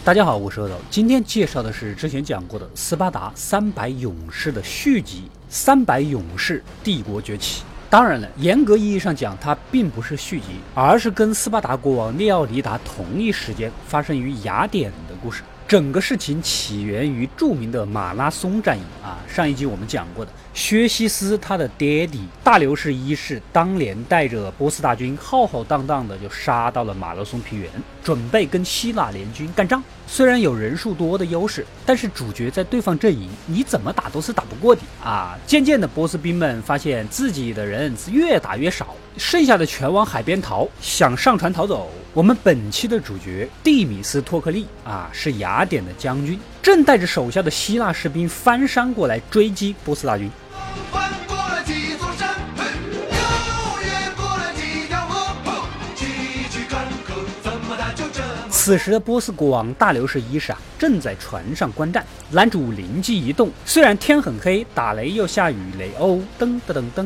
大家好，我是阿斗，今天介绍的是之前讲过的斯巴达300勇士的续集《300勇士帝国崛起》。当然了，严格意义上讲，它并不是续集，而是跟斯巴达国王列奥尼达同一时间发生于雅典的故事。整个事情起源于著名的马拉松战役上一集我们讲过的，薛西斯他的爹地大流士一世当年带着波斯大军浩浩荡荡的就杀到了马拉松平原，准备跟希腊联军干仗。虽然有人数多的优势，但是主角在对方阵营，你怎么打都是打不过的渐渐的，波斯兵们发现自己的人越打越少，剩下的全往海边逃，想上船逃走。我们本期的主角蒂米斯托克利是雅典的将军，正带着手下的希腊士兵翻山过来追击波斯大军。此时的波斯国王大流士一世正在船上观战，男主灵机一动，虽然天很黑，打雷又下雨，雷欧噔噔噔噔，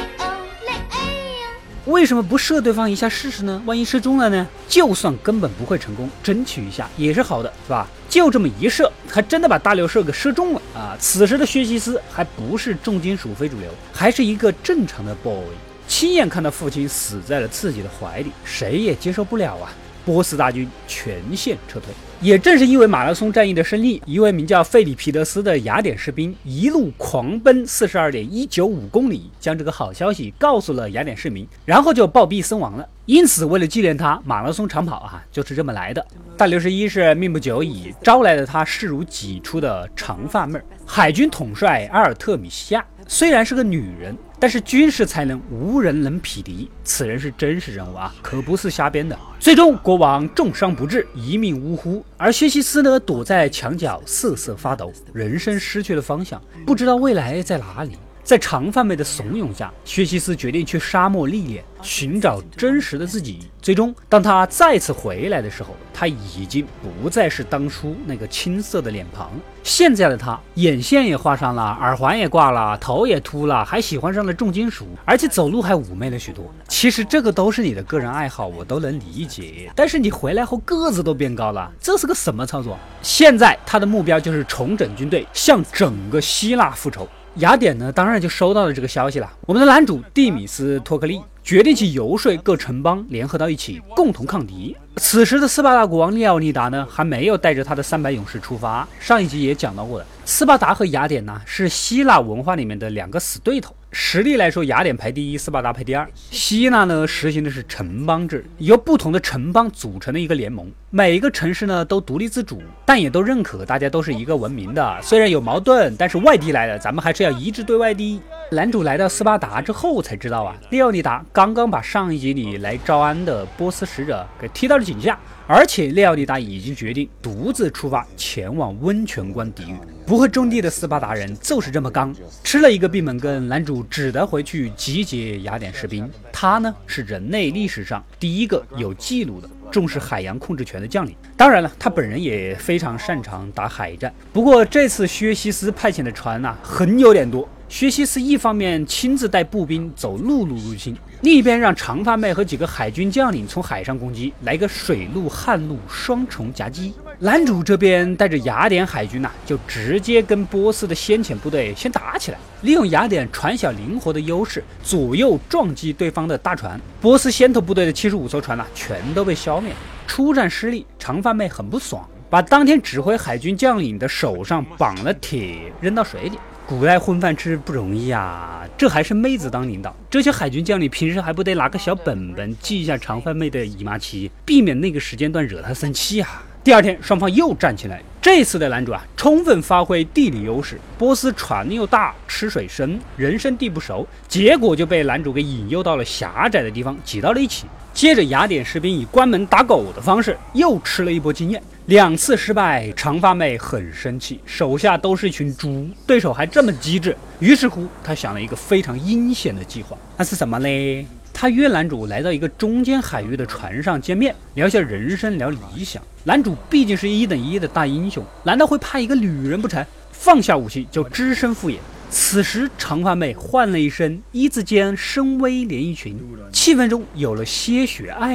为什么不射对方一下试试呢？万一射中了呢？就算根本不会成功，争取一下也是好的，是吧？就这么一射，还真的把大流士给射中了此时的薛西斯还不是重金属非主流，还是一个正常的 boy， 亲眼看到父亲死在了自己的怀里，谁也接受不了波斯大军全线撤退。也正是因为马拉松战役的胜利，一位名叫费里皮德斯的雅典士兵一路狂奔 42.195 公里，将这个好消息告诉了雅典市民，然后就暴毙身亡了。因此为了纪念他，马拉松长跑就是这么来的。大流士一世命不久矣，招来了他视如己出的长发妹海军统帅阿尔特米西亚。虽然是个女人，但是军事才能无人能匹敌，此人是真实人物可不是瞎编的。最终国王重伤不治，一命呜呼，而薛西斯呢，躲在墙角瑟瑟发抖，人生失去了方向，不知道未来在哪里。在长发妹的怂恿下，薛西斯决定去沙漠历练，寻找真实的自己。最终当他再次回来的时候，他已经不再是当初那个青涩的脸庞，现在的他眼线也画上了，耳环也挂了，头也秃了，还喜欢上了重金属，而且走路还妩媚了许多。其实这个都是你的个人爱好，我都能理解，但是你回来后个子都变高了，这是个什么操作？现在他的目标就是重整军队，向整个希腊复仇。雅典呢，当然就收到了这个消息了。我们的男主蒂米斯托克利决定去游说各城邦联合到一起，共同抗敌。此时的斯巴达国王列奥尼达呢，还没有带着他的300勇士出发。上一集也讲到过的，斯巴达和雅典呢，是希腊文化里面的两个死对头。实力来说，雅典排第一，斯巴达排第二。希腊呢，实行的是城邦制，由不同的城邦组成的一个联盟，每一个城市呢都独立自主，但也都认可大家都是一个文明的。虽然有矛盾，但是外敌来了，咱们还是要一致对外的。男主来到斯巴达之后才知道列奥尼达刚刚把上一集里来招安的波斯使者给踢到了井下，而且列奥尼达已经决定独自出发前往温泉关抵御。不会种地的斯巴达人就是这么刚，吃了一个闭门羹，男主只得回去集结雅典士兵。他呢，是人类历史上第一个有记录的重视海洋控制权的将领。当然了，他本人也非常擅长打海战。不过这次薛西斯派遣的船很有点多。薛西斯一方面亲自带步兵走陆路入侵，另一边让长发妹和几个海军将领从海上攻击，来个水陆汉陆双重夹击。男主这边带着雅典海军就直接跟波斯的先遣部队先打起来，利用雅典船小灵活的优势，左右撞击对方的大船。波斯先头部队的75艘船全都被消灭。出战失利，长发妹很不爽，把当天指挥海军将领的手上绑了铁扔到水里。古代混饭吃不容易这还是妹子当领导，这些海军将领平时还不得拿个小本本记一下长发妹的姨妈期，避免那个时间段惹她生气第二天双方又战起来，这次的男主充分发挥地理优势，波斯船又大，吃水深，人生地不熟，结果就被男主给引诱到了狭窄的地方，挤到了一起。接着雅典士兵以关门打狗的方式又吃了一波经验，2次失败，长发妹很生气，手下都是一群猪，对手还这么机智。于是乎他想了一个非常阴险的计划，那是什么呢？他约男主来到一个中间海域的船上见面，聊下人生，聊理想。男主毕竟是1等1的大英雄，难道会怕一个女人不成？放下武器就只身赴演。此时长发妹换了一身一字肩深 V 连衣裙，气氛中有了些许暧昧。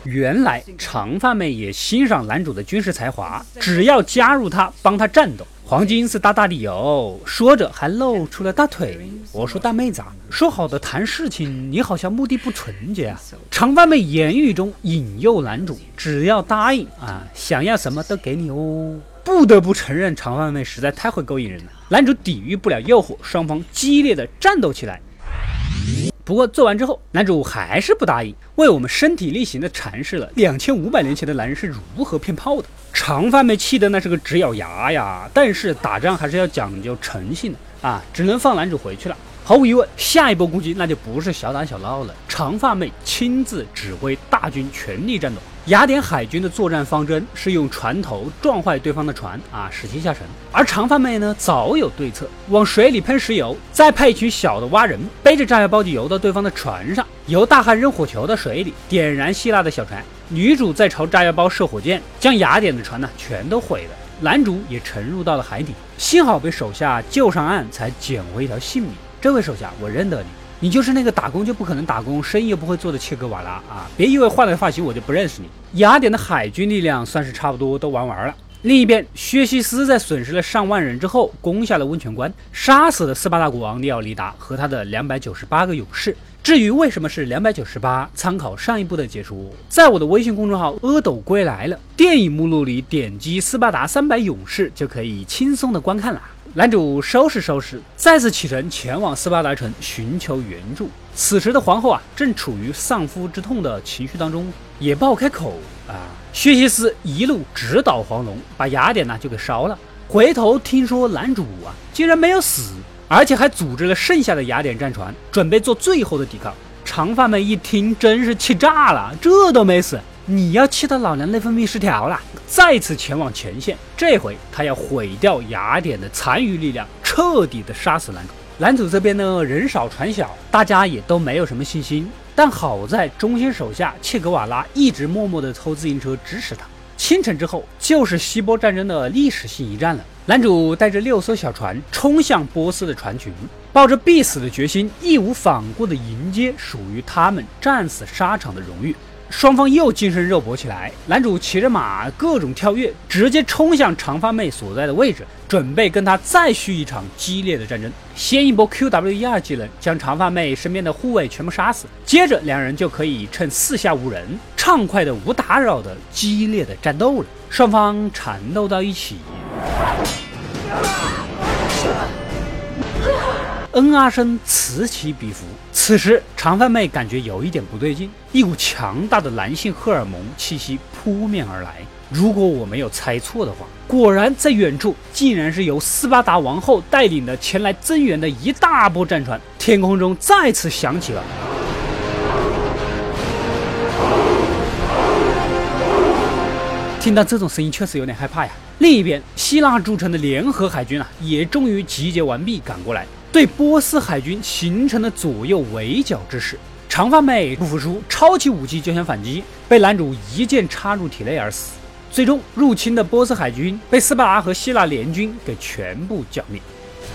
原来长发妹也欣赏男主的军事才华，只要加入他，帮他战斗，黄金是大大的有。说着还露出了大腿。我说大妹子啊，说好的谈事情，你好像目的不纯洁啊。长发妹言语中引诱男主，只要答应啊，想要什么都给你哦。不得不承认，长发妹实在太会勾引人了。男主抵御不了诱惑，双方激烈的战斗起来。不过做完之后，男主还是不答应，为我们身体力行的阐释了2500年前的男人是如何骗炮的。长发妹气的那是个直咬牙呀，但是打仗还是要讲究诚信的啊，只能放男主回去了。毫无疑问，下一波攻击那就不是小打小闹了，长发妹亲自指挥大军全力战斗。雅典海军的作战方针是用船头撞坏对方的船啊，使其下沉。而长发妹呢，早有对策，往水里喷石油，再派一群小的蛙人背着炸药包就游到对方的船上，由大汉扔火球到水里，点燃希腊的小船。女主再朝炸药包射火箭，将雅典的船呢全都毁了。男主也沉入到了海底，幸好被手下救上岸，才捡回一条性命。这位手下，我认得你。你就是那个打工就不可能打工，生意又不会做的切格瓦拉啊！别以为换了发型我就不认识你。雅典的海军力量算是差不多都玩完了。另一边，薛西斯在损失了上万人之后，攻下了温泉关，杀死了斯巴达国王利奥尼达和他的298个勇士。至于为什么是298，参考上一部的解说，在我的微信公众号阿斗归来了电影目录里点击斯巴达300勇士就可以轻松的观看了。男主收拾收拾，再次启程前往斯巴达城寻求援助。此时的皇后啊，正处于丧夫之痛的情绪当中，也不好开口啊。薛西斯一路直捣黄龙，把雅典呢就给烧了。回头听说男主啊竟然没有死，而且还组织了剩下的雅典战船，准备做最后的抵抗。长发妹一听真是气炸了，这都没死，你要气到老娘内分泌失调了。再次前往前线，这回他要毁掉雅典的残余力量，彻底的杀死男主。男主这边呢，人少船小，大家也都没有什么信心，但好在中心手下切格瓦拉一直默默的偷自行车支持他。清晨之后，就是希波战争的历史性一战了。男主带着6艘小船冲向波斯的船群，抱着必死的决心，义无反顾地迎接属于他们战死沙场的荣誉。双方又精神肉搏起来，男主骑着马各种跳跃，直接冲向长发妹所在的位置，准备跟他再续一场激烈的战争。先一波 QW12 技能将长发妹身边的护卫全部杀死，接着两人就可以趁四下无人，畅快的无打扰的激烈的战斗了。双方缠斗到一起，恩阿声此起彼伏。此时长发妹感觉有一点不对劲，一股强大的男性荷尔蒙气息扑面而来。如果我没有猜错的话，果然在远处竟然是由斯巴达王后带领的前来增援的一大波战船。天空中再次响起了听到这种声音确实有点害怕呀。另一边，希腊筑成的联合海军也终于集结完毕赶过来，对波斯海军形成了左右围剿之势。长发妹不服输，抄起武器就想反击，被男主一剑插入体内而死。最终入侵的波斯海军被斯巴达和希腊联军给全部剿灭。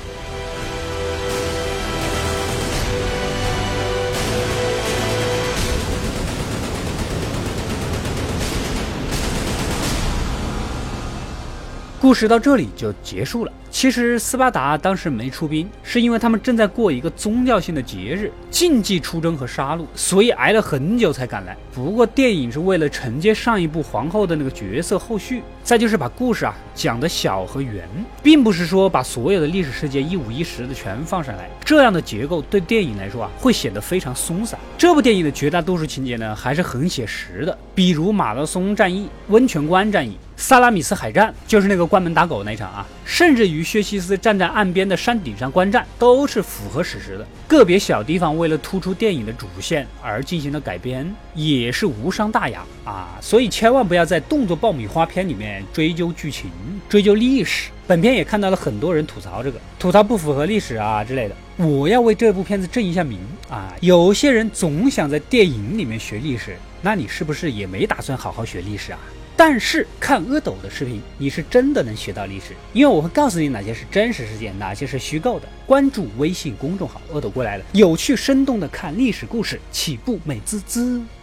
故事到这里就结束了。其实斯巴达当时没出兵，是因为他们正在过一个宗教性的节日，禁忌出征和杀戮，所以挨了很久才赶来。不过电影是为了承接上一部皇后的那个角色后续，再就是把故事讲得小和圆，并不是说把所有的历史事件一五一十的全放上来，这样的结构对电影来说会显得非常松散。这部电影的绝大多数情节呢还是很写实的，比如马拉松战役、温泉关战役、萨拉米斯海战，就是那个关门打狗那场甚至于薛西斯站在岸边的山顶上观战，都是符合史实的。个别小地方为了突出电影的主线而进行了改编，也是无伤大雅所以千万不要在动作爆米花片里面追究剧情、追究历史。本片也看到了很多人吐槽吐槽不符合历史之类的。我要为这部片子正一下名有些人总想在电影里面学历史，那你是不是也没打算好好学历史但是看阿斗的视频，你是真的能学到历史，因为我会告诉你哪些是真实事件，哪些是虚构的。关注微信公众号阿斗过来了，有趣生动的看历史故事，起步美滋滋。